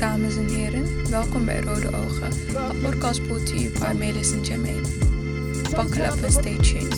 dames en heren. Welkom bij Rode Ogen, een podcast brought to you by Melis en Jermaine. Buckle up and stay tuned.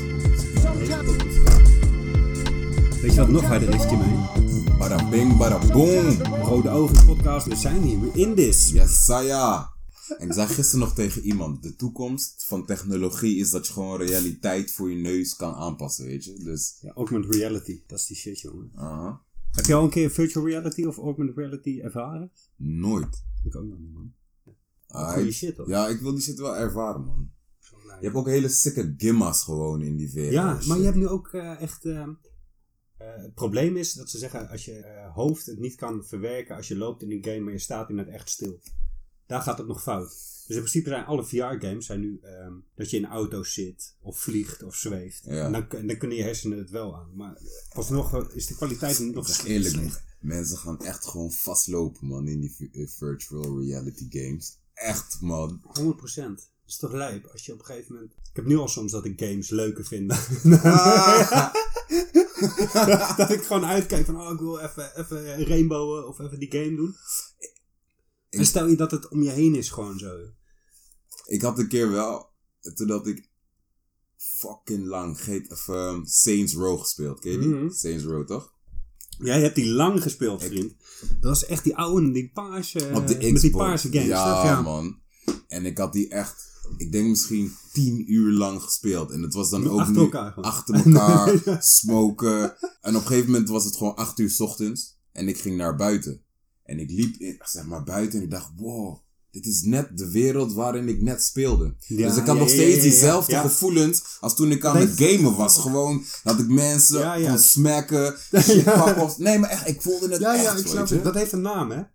Weet je wat nog harder is, Jermaine? Bada bing, bada boom. Rode Ogen podcast, we zijn hier, we're in this. Yes, ja. En ik zei gisteren nog tegen iemand, de toekomst van technologie is dat je gewoon realiteit voor je neus kan aanpassen, weet je. Dus... Ja, augmented reality, dat is die shit, jongen. Uh-huh. Heb je al een keer virtual reality of augmented reality ervaren? Nooit. Ik ook nog niet, man. Goeie shit, hoor. Ja, ik wil die shit wel ervaren, man. Je hebt ook hele sicke gimma's gewoon in die wereld. Ja, maar je hebt nu ook echt... het probleem is dat ze zeggen, als je hoofd het niet kan verwerken als je loopt in een game, maar je staat in het echt stil. Daar gaat het nog fout. Dus in principe zijn alle VR-games zijn nu dat je in auto's zit, of vliegt, of zweeft. Ja. En dan kunnen je hersenen het wel aan. Maar alsnog is de kwaliteit nog Eerlijk, slecht. mensen gaan echt gewoon vastlopen, man, in die virtual reality games. Echt, man. 100%. Dat is toch lijp als je op een gegeven moment... Ik heb nu al soms dat ik games leuker vind. Dat ik gewoon uitkijk van, ik wil even rainbowen of even die game doen. En stel je dat het om je heen is gewoon zo. Ik had een keer wel, toen had ik fucking lang Saints Row gespeeld. Ken je die? Mm-hmm. Saints Row, toch? Ja, je hebt die lang gespeeld, vriend. Dat was echt die oude, die paarse... Op de Xbox. Met die paarse games. Ja, man. En ik had die echt, ik denk misschien 10 uur lang gespeeld. En het was dan ook achter elkaar gewoon. Achter elkaar, smoken. En op een gegeven moment was het gewoon 8 uur 's ochtends. En ik ging naar buiten. En ik liep buiten en ik dacht, wow, dit is net de wereld waarin ik net speelde. Ja, dus ik had nog steeds diezelfde ja. gevoelens als toen ik aan het gamen was. Gewoon dat ik mensen kon smacken, shit pakken. Nee, maar echt, ik voelde het echt. Ja, ik snap het. het. Dat heeft een naam, hè?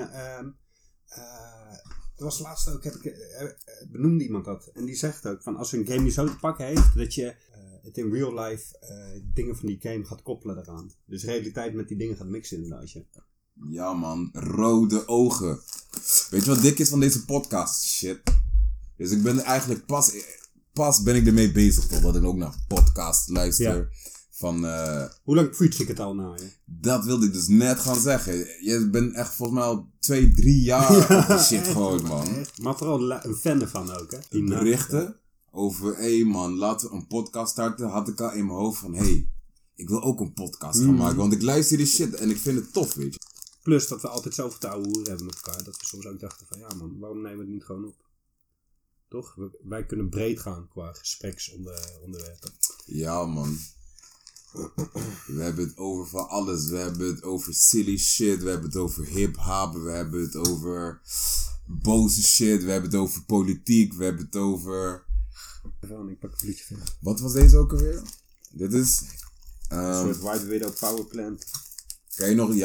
Er was laatst ook, benoemde iemand dat. En die zegt ook, van als een game je zo te pakken heeft, dat je het in real life dingen van die game gaat koppelen daaraan. Dus realiteit met die dingen gaat mixen inderdaad. Ja, man, rode ogen. Weet je wat dik is van deze podcast? Shit. Dus ik ben eigenlijk pas ben ik ermee bezig, toch? Dat ik ook naar podcast luister. Ja. Van, hoe lang preach ik het al naar je? Dat wilde ik dus net gaan zeggen. Je bent echt volgens mij al 2-3 jaar shit gewoon, man. Echt. Maar vooral een fan ervan ook, hè? Die berichten over, man, laten we een podcast starten. Had ik al in mijn hoofd van, ik wil ook een podcast gaan maken. Want ik luister die shit en ik vind het tof, weet je. Plus dat we altijd zoveel te ouwe hoeren hebben met elkaar. Dat we soms ook dachten van, ja man, waarom nemen we het niet gewoon op? Toch? Wij kunnen breed gaan qua gespreksonderwerpen. Ja, man. We hebben het over van alles. We hebben het over silly shit. We hebben het over hip-hop. We hebben het over boze shit. We hebben het over politiek. We hebben het over... Ik pak een vliegje verder. Wat was deze ook alweer? Dit is... een soort White Widow Power Plant. Kan je nog je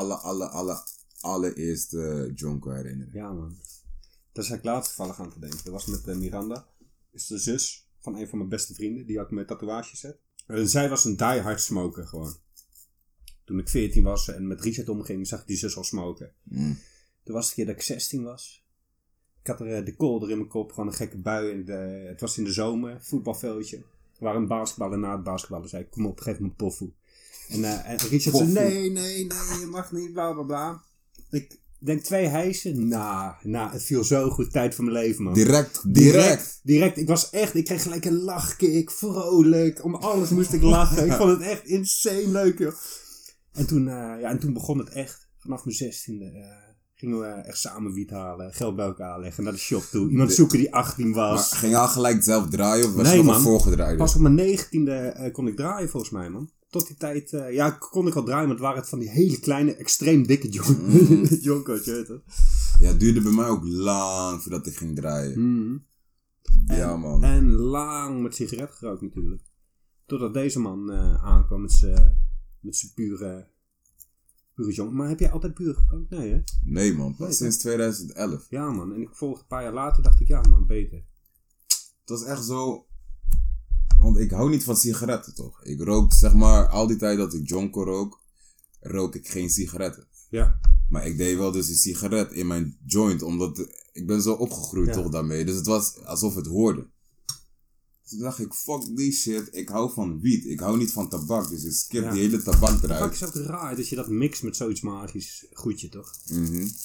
allereerste Jonko herinneren? Ja, man. Daar is ik laatst toevallig aan te denken. Dat was met Miranda. Is de zus van een van mijn beste vrienden. Die had me tatoeages zet. Zij was een diehard smoker gewoon. Toen ik 14 was en met Richard omging, zag ik die zus al smoken. Toen was het een keer dat ik 16 was. Ik had er de kolder in mijn kop. Gewoon een gekke bui. Het was in de zomer. Voetbalveldje. We waren basketballen. Na het basketballen zei ik, kom op, geef me een pofoe. En Richard zei, nee, je mag niet, bla bla bla. Ik denk 2 hijsen. Het viel zo goed. Tijd van mijn leven, man. Direct. Ik kreeg gelijk een lachkick. Vrolijk. Om alles moest ik lachen. Ik vond het echt insane leuk, joh. En toen begon het echt. Vanaf mijn 16e gingen we echt samen wiet halen. Geld bij elkaar leggen. Naar de shop toe. Iemand zoeken die 18 was. Maar ging je al gelijk zelf draaien? Of was je nog maar voorgedraaid? Pas op mijn 19e kon ik draaien, volgens mij, man. Tot die tijd, kon ik al draaien, maar het waren van die hele kleine, extreem dikke jonko's, je weet het. Ja, het duurde bij mij ook lang voordat ik ging draaien. Ja, man. En lang met sigaret gerookt natuurlijk. Totdat deze man aankwam met zijn pure jonk. Maar heb jij altijd puur gerookt? Nee, hè? Nee, man. Pas sinds 2011. Ja, man. En ik volgde een paar jaar later, dacht ik, ja, man, beter. Het was echt zo... Want ik hou niet van sigaretten, toch? Ik rook, zeg maar, al die tijd dat ik jonko rook ik geen sigaretten. Ja. Maar ik deed wel dus een sigaret in mijn joint, omdat ik ben zo opgegroeid toch daarmee. Dus het was alsof het hoorde. Toen dacht ik, fuck die shit, ik hou van wiet. Ik hou niet van tabak, dus ik skip die hele tabak eruit. Tabak is ook raar dat je dat mixt met zoiets magisch goedje, toch?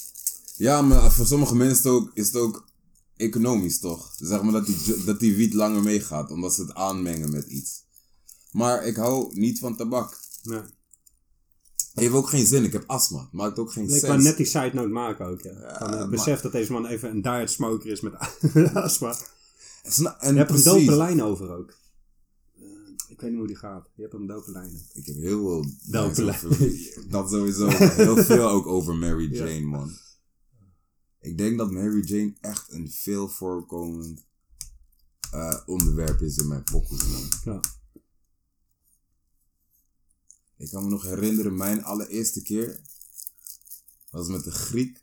Ja, maar voor sommige mensen is het ook economisch, toch? Zeg maar dat die wiet langer meegaat, omdat ze het aanmengen met iets. Maar ik hou niet van tabak. Nee. Het heeft ook geen zin, ik heb astma. Het maakt ook geen Ik sens. wou net die side note maken ook, ja. Van, besef dat deze man even een diet smoker is met astma. En Je hebt precies. een dope lijn over ook. Ik weet niet hoe die gaat. Je hebt een dope lijn. Ik heb heel veel... Dope lijn. Dat sowieso. Heel veel ook over Mary Jane, man. Ik denk dat Mary Jane echt een veel voorkomend onderwerp is in mijn pokus, man. Ja. Ik kan me nog herinneren, mijn allereerste keer was met een Griek.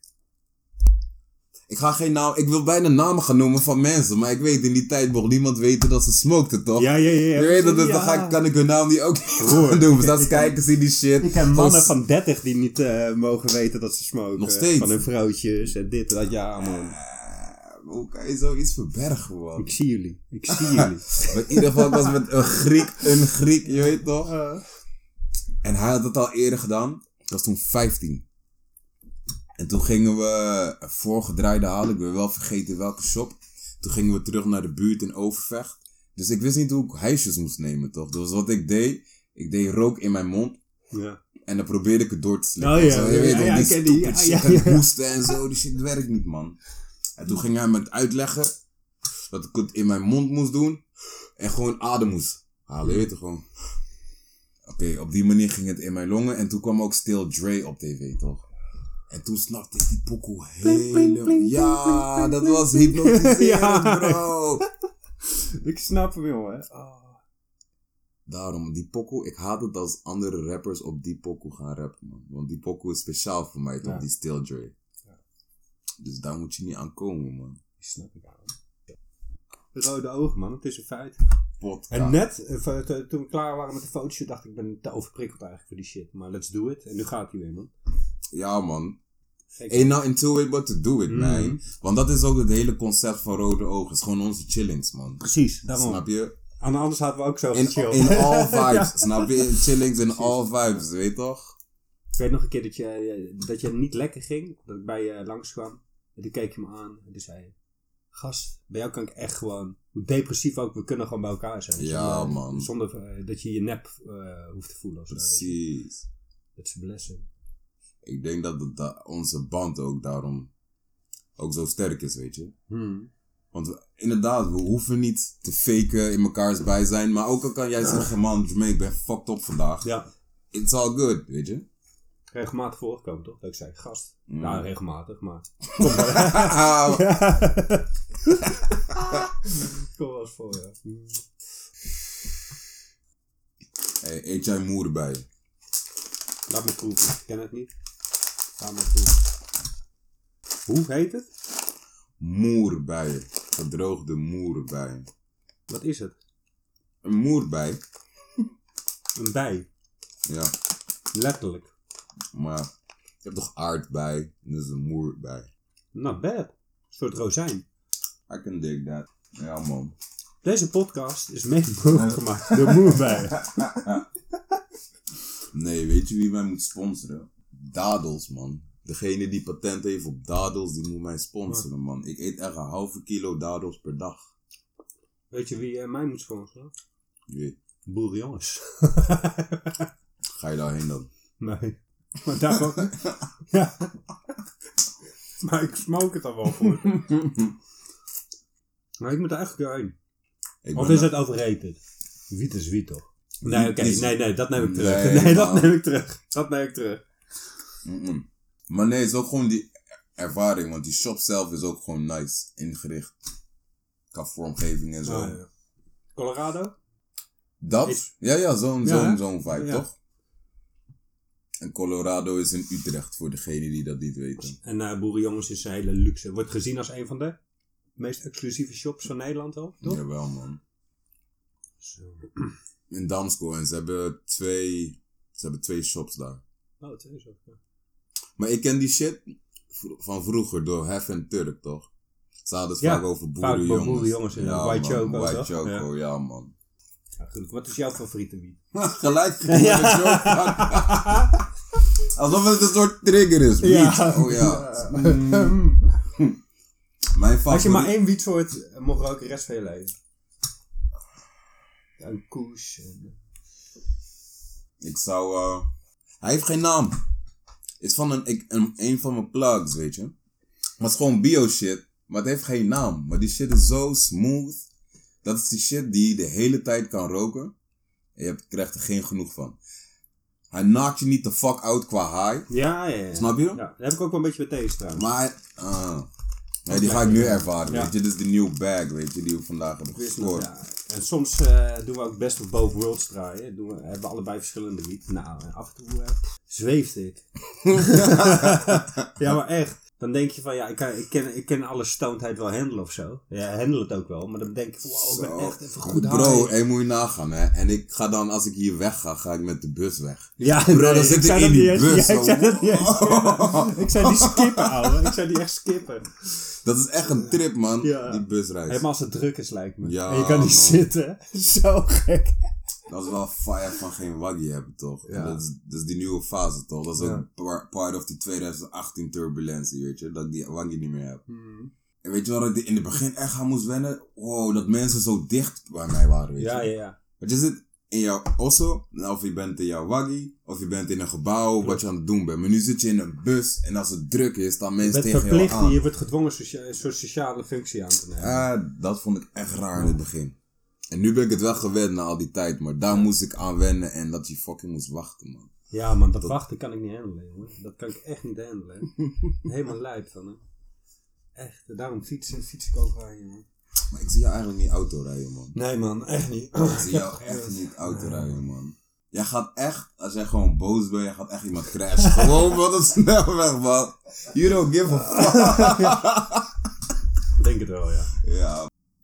Ik wil bijna namen gaan noemen van mensen, maar ik weet in die tijd mocht niemand weten dat ze smokten, toch? Ja. Je weet dat, dan kan ik hun naam niet ook niet doen. Dat kijken ze die shit. Ik heb mannen van 30 die niet mogen weten dat ze smoken. Nog steeds. Van hun vrouwtjes en dit en dat. Ja, man. Hoe kan je zoiets verbergen, man? Ik zie jullie. Maar in ieder geval, ik was met een Griek, je weet toch? En hij had het al eerder gedaan. Ik was toen 15. En toen gingen we voorgedraaide halen. Ik ben wel vergeten welke shop. Toen gingen we terug naar de buurt in Overvecht. Dus ik wist niet hoe ik hijsjes moest nemen, toch? Dus wat ik deed. Ik deed rook in mijn mond. Ja. En dan probeerde ik het door te slikken. Oh ja, zo, je weet ja, die ik ken stupid die, shit ja. en hoesten en zo. Die shit werkt niet, man. En toen ging hij me uitleggen dat ik het in mijn mond moest doen. En gewoon adem moest halen, je weet toch gewoon. Oké, op die manier ging het in mijn longen. En toen kwam ook Still Dre op tv, toch? En toen snapte ik die pokoe helemaal. Ja, dat was hypnotiserend, Ja. bro. Ik snap hem, jongen. Daarom, die pokoe, ik haat het als andere rappers op die pokoe gaan rappen, man. Want die pokoe is speciaal voor mij, toch? Ja. Die Still Dre. Ja. Dus daar moet je niet aan komen, man. Die snap ik aan. Rode ogen, man. Het is een feit. Podcast. En net, toen we klaar waren met de fotoshoot, dacht ik ben te overprikkeld eigenlijk voor die shit. Maar let's do it. En nu gaat hij weer, man. Ja, man. Zeker. Ain't nothing to it but to do it, man. Want dat is ook het hele concept van Rode Ogen. Het is gewoon onze chillings, man. Precies, daarom. Snap je? Anders hadden we ook zo In gechilled. all vibes, snap je? Chillings in all vibes, weet toch? Ik weet nog een keer dat je niet lekker ging. Dat ik bij je langs kwam. En toen keek je me aan. En toen zei je... Gast, bij jou kan ik echt gewoon... Hoe depressief ook, we kunnen gewoon bij elkaar zijn. Ja, man. Zonder dat je je nep hoeft te voelen. Of zo. Precies. Dat is een blessing. Ik denk dat onze band ook daarom ook zo sterk is, weet je. Want inderdaad, we hoeven niet te faken in mekaars bijzijn. Maar ook al kan jij zeggen, man, Jermaine, ik ben fucked up vandaag. Ja. It's all good, weet je. Regelmatig voorgekomen, toch? Dat ik zei, gast. Nou, regelmatig, maar... Kom wel eens voor, ja. Hey, eet jij moer erbij? Laat me proeven. Ik ken het niet. Laat me proeven. Hoe heet het? Moerbij. Gedroogde moerbij. Wat is het? Een moerbij? Een bij. Ja. Letterlijk. Maar je hebt toch aardbei? En dat is een moerbij. Not bad. Een soort rozijn. I can dig that. Ja, man. Deze podcast is mede mogelijk gemaakt door Moerbij. Nee, weet je wie mij moet sponsoren? Dadels, man. Degene die patent heeft op dadels, die moet mij sponsoren, man. Ik eet echt 1,5 kilo dadels per dag. Weet je wie mij moet sponsoren? Wie? Boerenjongens. Ga je daarheen dan? Nee. Maar daar ook. Ja. Maar ik smoke het dan wel voor. Maar ik moet er eigenlijk doorheen. Of is het overrated? Wiet is wiet, toch? Nee, oké. Nee, dat neem ik terug. Nee, dat neem ik terug. Maar nee, het is ook gewoon die ervaring. Want die shop zelf is ook gewoon nice ingericht. Qua vormgeving en zo. Ja. Colorado? Dat? Ja, zo'n vibe, ja. toch? En Colorado is in Utrecht, voor degenen die dat niet weten. En Boerenjongens is een hele luxe. Wordt gezien als een van de meest exclusieve shops van Nederland al, toch? Jawel, man. Zo. In Damsko. En ze hebben twee shops daar. Oh, 2 shops, ja. Maar ik ken die shit van vroeger door Hef en Turk, toch? Ze hadden het vaak over boerenjongens. Ja, White Choco, White toch? Choco, ja, man. Ja, goed. Wat is jouw favoriete wiet? Gelijk. Ja. Alsof het een soort trigger is. Ja. Oh ja. Mijn Als je maar favoriet... 1 wietsoort mocht roken de rest van je leven. Ja, een koes. Ik zou... Hij heeft geen naam. Het is van een van mijn plugs, weet je. Maar het is gewoon bio shit. Maar het heeft geen naam. Maar die shit is zo smooth. Dat is die shit die je de hele tijd kan roken. En je krijgt er geen genoeg van. Hij knokt je niet de fuck out qua high. Ja. Snap je? Ja, dat heb ik ook wel een beetje met deze trouwens. Maar nee, die ga ik nu ervaren, Ja. weet je. Dit is de nieuwe bag, weet je, die we vandaag hebben gescoord. Ja. En soms doen we ook best op both worlds draaien. Hebben we allebei verschillende wiet. Nou, af en toe zweeft ik. Ja, maar echt. Dan denk je van, ja, ik ken alle stonedheid wel handelen of zo. Ja, handle het ook wel. Maar dan denk je van, wow, ik ben echt even goed high. Bro, moet je nagaan, hè. En ik ga dan, als ik hier weg ga ik met de bus weg. Ja, bro, dan zit ik in die bus. Ja, ik zei dat niet eens. Ik zei die skippen, ouwe. Ik zei die echt skippen. Dat is echt een trip, man, Ja. die busreis. Helemaal als het druk is, lijkt me. Ja, en je kan niet man. zitten. Zo gek. Dat is wel fire van geen waggie hebben, toch? Ja. Dat is die nieuwe fase, toch? Dat is Ja. ook part of die 2018 turbulentie, weet je? Dat ik die waggie niet meer heb. Hmm. En weet je wat ik in het begin echt aan moest wennen? Wow, dat mensen zo dicht bij mij waren, weet je? Ja. Want je zit in jouw osso, of je bent in jouw waggie, of je bent in een gebouw, wat je aan het doen bent. Maar nu zit je in een bus en als het druk is, dan Je mensen bent tegen jou verplicht, aan. je wordt gedwongen een soort sociale functie aan te nemen. Dat vond ik echt raar in het begin. En nu ben ik het wel gewend na al die tijd, maar daar moest ik aan wennen en dat je fucking moest wachten, man. Ja, man, dat wachten kan ik niet handelen, jongen. Dat kan ik echt niet handelen. Helemaal lijp van, hè. Echt, daarom fiets ik overal, jongen. Maar ik zie jou eigenlijk niet auto rijden, man. Nee, man, echt niet. Ik zie jou echt niet auto rijden, man. Jij gaat echt, als jij gewoon boos bent, jij gaat echt iemand crashen. Gewoon wat een snelweg, man. You don't give a fuck. Denk het wel, ja. Ja.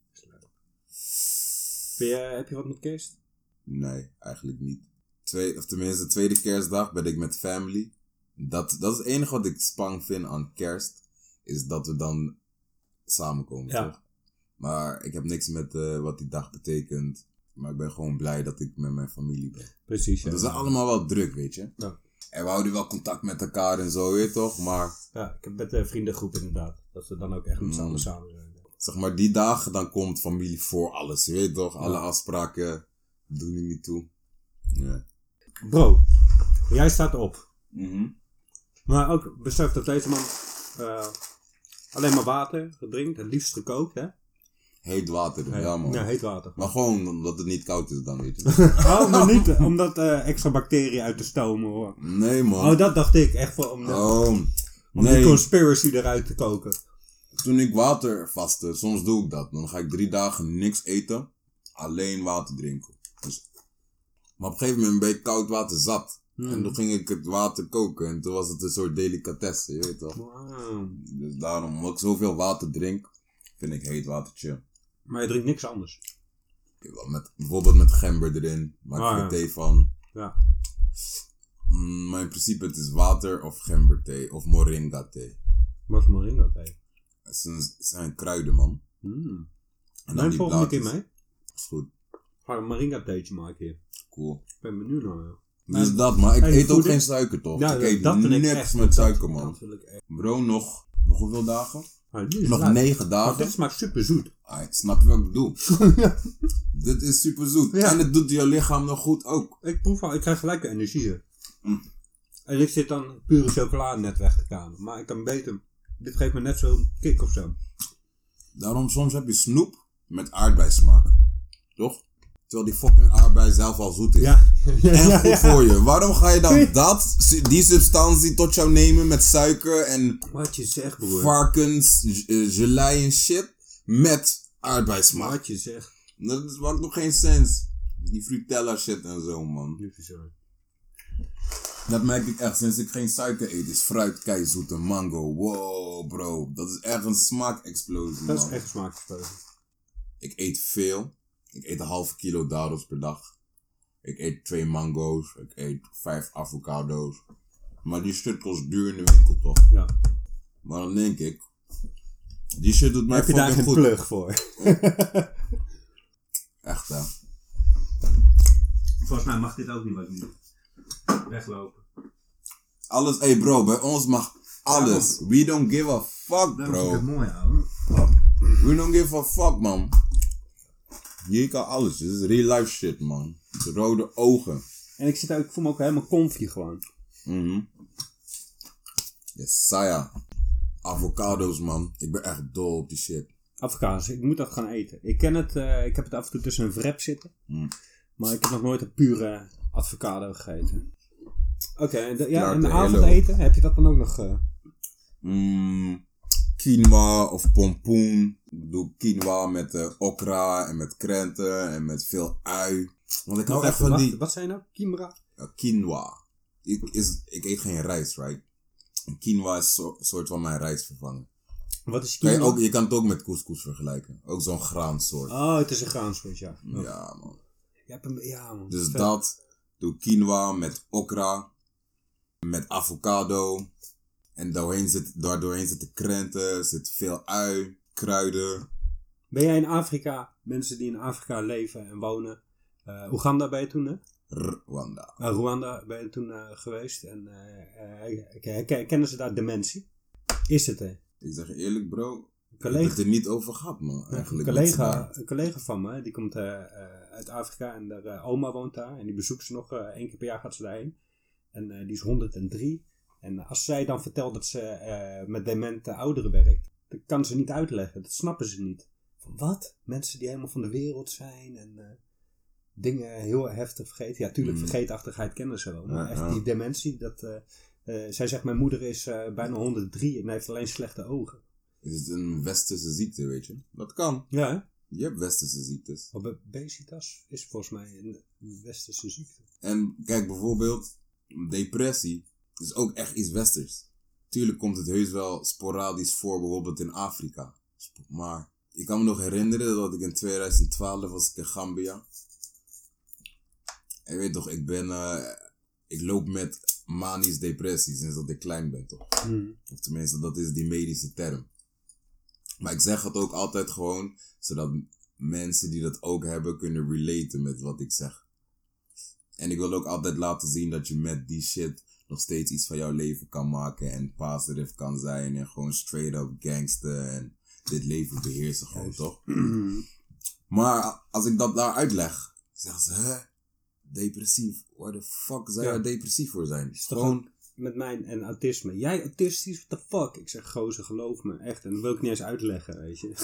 Heb je wat met kerst? Nee, eigenlijk niet. De tweede kerstdag ben ik met family. Dat is het enige wat ik spang vind aan kerst. Is dat we dan samenkomen, Ja. toch? Maar ik heb niks met wat die dag betekent. Maar ik ben gewoon blij dat ik met mijn familie ben. Precies, ja. Want we zijn allemaal wel druk, weet je. Ja. En we houden wel contact met elkaar en zo, weet je toch? Maar Ja, ik heb met de vriendengroep inderdaad. Dat we dan ook echt met z'n allen samen zijn. zeg maar, die dagen, dan komt familie voor alles, je weet toch? Alle afspraken doen er niet toe. Ja. Bro, jij staat op. Mhm. Maar ook besef dat deze man alleen maar water drinkt. Het liefst gekookt, hè? Heet water, ja man. Ja, heet water. Maar gewoon omdat het niet koud is dan, weet je. Oh, maar niet omdat extra bacteriën uit de stomen hoor. Nee man. Oh, dat dacht ik. Echt voor, om die Nee. conspiracy eruit te koken. Toen ik water vastte, soms doe ik dat. Dan ga ik 3 dagen niks eten. Alleen water drinken. Dus, maar op een gegeven moment ben ik koud water zat. En toen ging ik het water koken. En toen was het een soort delicatesse, je weet toch. Wow. Dus daarom, omdat ik zoveel water drink, vind ik heet water chill. Maar je drinkt niks anders. Bijvoorbeeld met gember erin. Maak ik ja. er thee van. Ja. Maar in principe het is water of gemberthee. Of moringa thee. Wat is moringa thee? Het zijn kruiden, man. En Neem volgende keer mee. Is goed. Ga een moringa theetje maken hier. Cool. Ik ben benieuwd naar. Dus dat, maar ik Hey, eet ook voeding? geen suiker, toch? Ja, ik eet dat vind ik niks echt. met suiker, man. Dat wil ik echt. Bro, nog hoeveel dagen? Maar nu is Nog het 9 Maar dagen. dit smaakt super zoet. Snap je wat ik bedoel? Dit is super zoet. Ja. En het doet je lichaam nog goed ook. Ik proef al, ik krijg gelijk de energie hier. En ik zit dan pure chocolade net weg te kamen. Maar ik kan beter. Dit geeft me net zo'n kick of zo. Daarom soms heb je snoep met aardbeismaak. Toch? Terwijl die fucking aardbei zelf al zoet is. Ja. En goed voor je. Waarom ga je dan die substantie tot jou nemen met suiker en Wat je zegt, broer. varkens, gelei en shit met aardbeismaak? Wat je zegt. Dat maakt nog geen sens. Die Frutella shit en zo, man. Dat merk ik echt sinds ik geen suiker eet. Is fruit keizoet en mango. Wow, bro. Dat is echt een smaakexplosie, Dat man. is echt smaakexplosie. Ik eet veel. Ik eet 1/2 kilo dadels per dag. Ik eet 2 mango's. Ik eet 5 avocado's. Maar die shit kost duur in de winkel, toch? Ja. Maar dan denk ik... Die shit doet mij Heb je daar fucking geen goed. plug voor? Echt, hè. Volgens mij mag dit ook niet wat ik doe. Weglopen. Alles, hey bro, bij ons mag alles. We don't give a fuck, Dat bro. is mooi, ouwe. We don't give a fuck, man. Hier kan alles. Dit is real life shit, man. De rode ogen. En ik voel me ook helemaal comfy gewoon. Yes, saya. Avocados, man. Ik ben echt dol op die shit. Avocados, ik moet dat gaan eten. Ik ken het, ik heb het af en toe tussen een wrap zitten. Maar ik heb nog nooit een pure avocado gegeten. Oké, en de avondeten, heb je dat dan ook nog? Quinoa of pompoen. Ik doe quinoa met okra en met krenten en met veel ui. Want ik hou echt van die... Wat zei je nou? Kimra? Quinoa. Ik eet geen rijst, right? En quinoa is een soort van mijn rijstvervanger. Wat is quinoa? Je kan het ook met couscous vergelijken. Ook zo'n graansoort. Oh, het is een graansoort, ja. Oh. Ja, man. Ja, man. Dus dat. Doe quinoa met okra. Met avocado. En daardoorheen zitten krenten. Zit veel ui. Kruiden. Ben jij in Afrika, mensen die in Afrika leven en wonen. Oeganda ben je toen, hè? Rwanda. Rwanda ben je toen geweest. En kennen ze daar dementie? Is het, hè? Ik zeg je eerlijk, bro. Ik heb het er niet over gehad, man. Eigenlijk een collega van me, die komt uit Afrika en haar oma woont daar. En die bezoekt ze nog 1 keer per jaar, gaat ze daarheen. En die is 103. En als zij dan vertelt dat ze met demente ouderen werkt, dat kan ze niet uitleggen. Dat snappen ze niet. Van wat? Mensen die helemaal van de wereld zijn en dingen heel heftig vergeten. Ja, tuurlijk, vergeetachtigheid kennen ze wel. Maar echt die dementie, zij zegt mijn moeder is bijna 103 en heeft alleen slechte ogen. Is het een westerse ziekte, weet je? Dat kan. Ja, hè? Je hebt westerse ziektes. Obesitas is volgens mij een westerse ziekte. En kijk, bijvoorbeeld, depressie is ook echt iets westers. Tuurlijk komt het heus wel sporadisch voor, bijvoorbeeld in Afrika. Maar ik kan me nog herinneren dat ik in 2012 was in Gambia. En je weet toch, ik loop met manisch depressie sinds dat ik klein ben, toch? Of tenminste, dat is die medische term. Maar ik zeg het ook altijd gewoon, zodat mensen die dat ook hebben kunnen relaten met wat ik zeg. En ik wil ook altijd laten zien dat je met die shit nog steeds iets van jouw leven kan maken en positive kan zijn en gewoon straight up gangster en dit leven beheersen gewoon, toch? Maar als ik dat daar uitleg, zeggen ze, hè? Depressief? Waar de fuck zou je depressief voor zijn? Is gewoon met mijn en autisme. Jij autistisch? What the fuck? Ik zeg, gozer, geloof me. Echt. En dat wil ik niet eens uitleggen, weet je.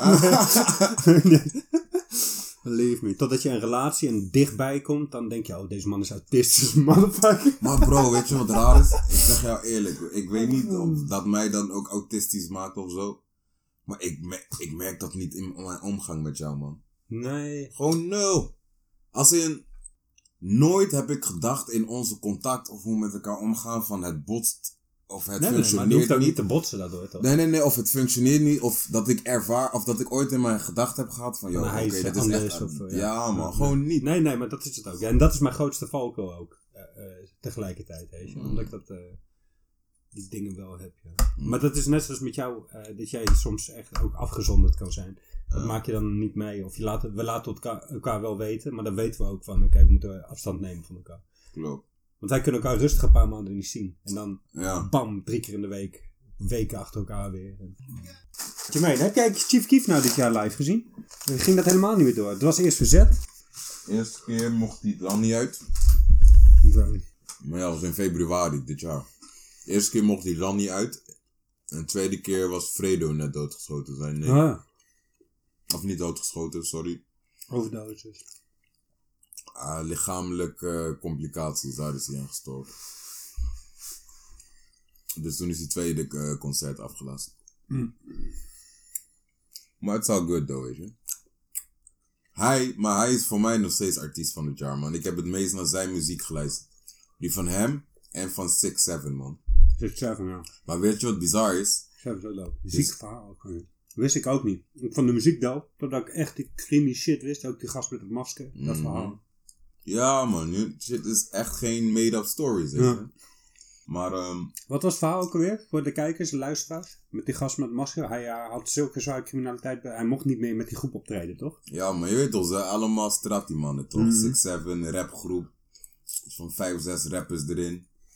Believe me. Totdat je een relatie en dichtbij komt, dan denk je, oh, deze man is autistisch, motherfucker. Maar bro, weet je wat raar is? Ik zeg jou eerlijk, ik weet niet of dat mij dan ook autistisch maakt of zo. Maar ik merk dat niet in mijn omgang met jou, man. Nee. Gewoon nul. Als in, nooit heb ik gedacht in onze contact of hoe we met elkaar omgaan van het botst of het functioneert maar je hoeft ook niet te botsen daardoor, toch? Nee, of het functioneert niet, of dat ik ervaar, of dat ik ooit in mijn gedachten heb gehad van, joh, oké, dit is echt... Ja, man, gewoon niet. Nee, maar dat is het ook. Ja, en dat is mijn grootste valkuil ook. Tegelijkertijd, weet je. Omdat ik die dingen wel heb, ja. Maar dat is net zoals met jou, dat jij soms echt ook afgezonderd kan zijn. Dat maak je dan niet mee. Of we laten elkaar wel weten, maar dan weten we ook van, oké, we moeten afstand nemen van elkaar. Klopt. Want wij kunnen elkaar rustig een paar maanden niet zien. En dan, bam, 3 keer in de week. Weken achter elkaar weer. Jermaine, heb jij Chief Keef nou dit jaar live gezien? Dan ging dat helemaal niet meer door. Het was eerst verzet. De eerste keer mocht hij het land niet uit. Zo. Maar ja, dat was in februari dit jaar. De eerste keer mocht hij het land niet uit. En de tweede keer was Fredo net doodgeschoten. Of niet doodgeschoten, sorry. Overdosis. Lichamelijke complicaties, daar is hij aan gestorven. Dus toen is die tweede concert afgelast. Maar het is all good though, weet je. Hij is voor mij nog steeds artiest van het jaar, man. Ik heb het meest naar zijn muziek geluisterd. Die van hem en van 6-7, man. 6-7, ja. Maar weet je wat bizar is? 6-7 zo dope. Ziek verhaal ook. Wist ik ook niet. Ik vond de muziek dope. Totdat ik echt die creamy shit wist. Ook die gast met het masker. Dat verhaal. Ja, man. Shit is echt geen made-up stories, weet je. Ja. Maar, wat was het verhaal ook alweer? Voor de kijkers, de luisteraars? Met die gast met het masker. Hij had zulke zware criminaliteit. Hij mocht niet meer met die groep optreden, toch? Ja, maar je weet toch, ze zijn allemaal strati mannen, toch? 6-7, rapgroep. Van 5 of 6 rappers erin.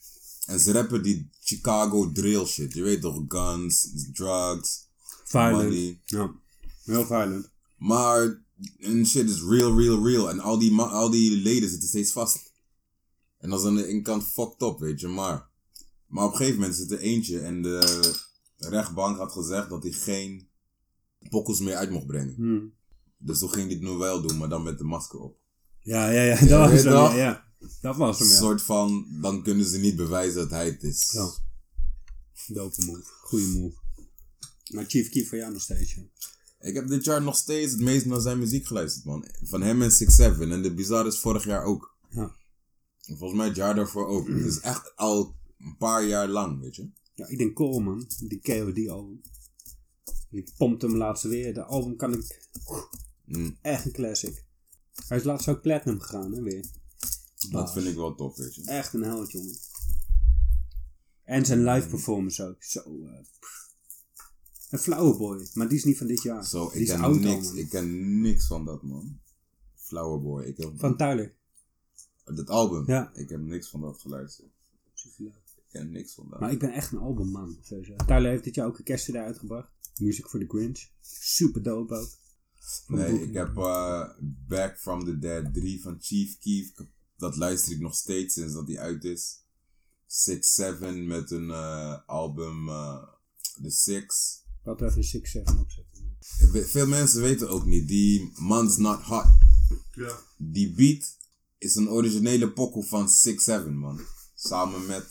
En ze rappen die Chicago drill shit. Je weet toch, guns, drugs, Violent. money. Ja, heel violent. Maar hun shit is real. En al die leden zitten steeds vast. En dat is aan de ene kant fucked up, weet je. Maar op een gegeven moment zit er eentje en de rechtbank had gezegd dat hij geen pokkels meer uit mocht brengen. Dus toen ging hij het nu wel doen, maar dan met de masker op. Ja, dat was weet hem, toch? ja. Dat was hem, Een ja. soort van, dan kunnen ze niet bewijzen dat hij het is. Ja. Dope move. Goeie move. Maar Chief Keef van jou nog steeds, ja. Ik heb dit jaar nog steeds het meest naar zijn muziek geluisterd, man. Van hem en 6-7. En de Bizarre is vorig jaar ook. Ja. En volgens mij het jaar daarvoor ook. Het is echt al een paar jaar lang, weet je. Ja, ik denk Cole, man. Die KOD-album. Ik pompte hem laatst weer. De album kan ik... Echt een classic. Hij is laatst ook platinum gegaan, hè, weer. Dat vind ik wel tof, weet je. Echt een held, jongen. En zijn live performance ook. Zo, een Flower Boy. Maar die is niet van dit jaar. Zo, die is oud al, man. ik ken niks van dat, man. Flower Boy. Van Tyler. Dat album? Ja. Ik heb niks van dat geluisterd. Ik ken niks van dat. Maar ik ben echt een albumman. Sowieso. Tyler heeft dit jaar ook een kerstcd uitgebracht. Music for the Grinch. Super dope ook. Nee, ik heb Back from the Dead 3 van Chief Keef. Dat luister ik nog steeds sinds dat die uit is. 6-7 met een album The Six. Laten we even 6-7 opzetten. Veel mensen weten ook niet, die Man's Not Hot. Ja. Die beat is een originele pokoe van 6-7, man. Samen met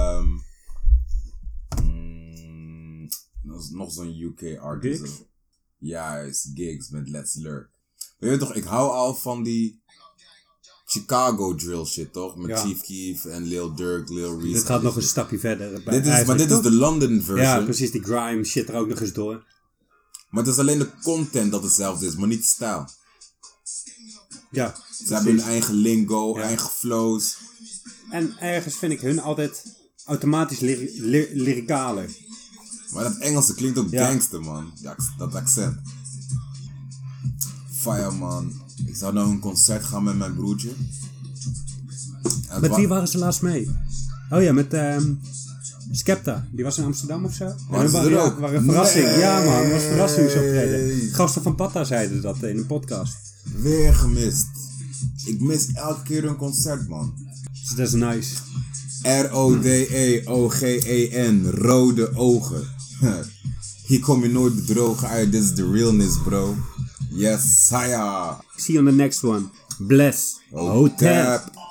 nog zo'n UK artist. Giggs? Juist, Giggs met Let's Lurk. Weet je toch, ik hou al van die Chicago drill shit, toch? Met Chief Keef en Lil Durk, Lil Reese. Dit gaat nog een stapje verder. Maar dit is de London version. Ja, precies. Die grime shit er ook nog eens door. Maar het is alleen de content dat hetzelfde is, maar niet de stijl. Ja, Ze hebben hun eigen lingo, eigen flows. En ergens vind ik hun altijd automatisch lyricaler. Maar dat Engelse klinkt ook gangster, man. Ja, dat accent. Fire, man. Ik zou naar een concert gaan met mijn broertje. Met wie waren ze laatst mee? Oh ja, met Skepta. Die was in Amsterdam of zo. Waren ze er ook? Waren een verrassing. Nee. Ja, man. Dat was een verrassingsoptreden. Gasten van Patta zeiden dat in een podcast. Weer gemist. Ik mis elke keer een concert, man. Dus dat is nice. R-O-D-E-O-G-E-N. Rode ogen. Hier kom je nooit bedrogen uit. This is the realness, bro. Yes, saya. See you on the next one. Bless. Hotep.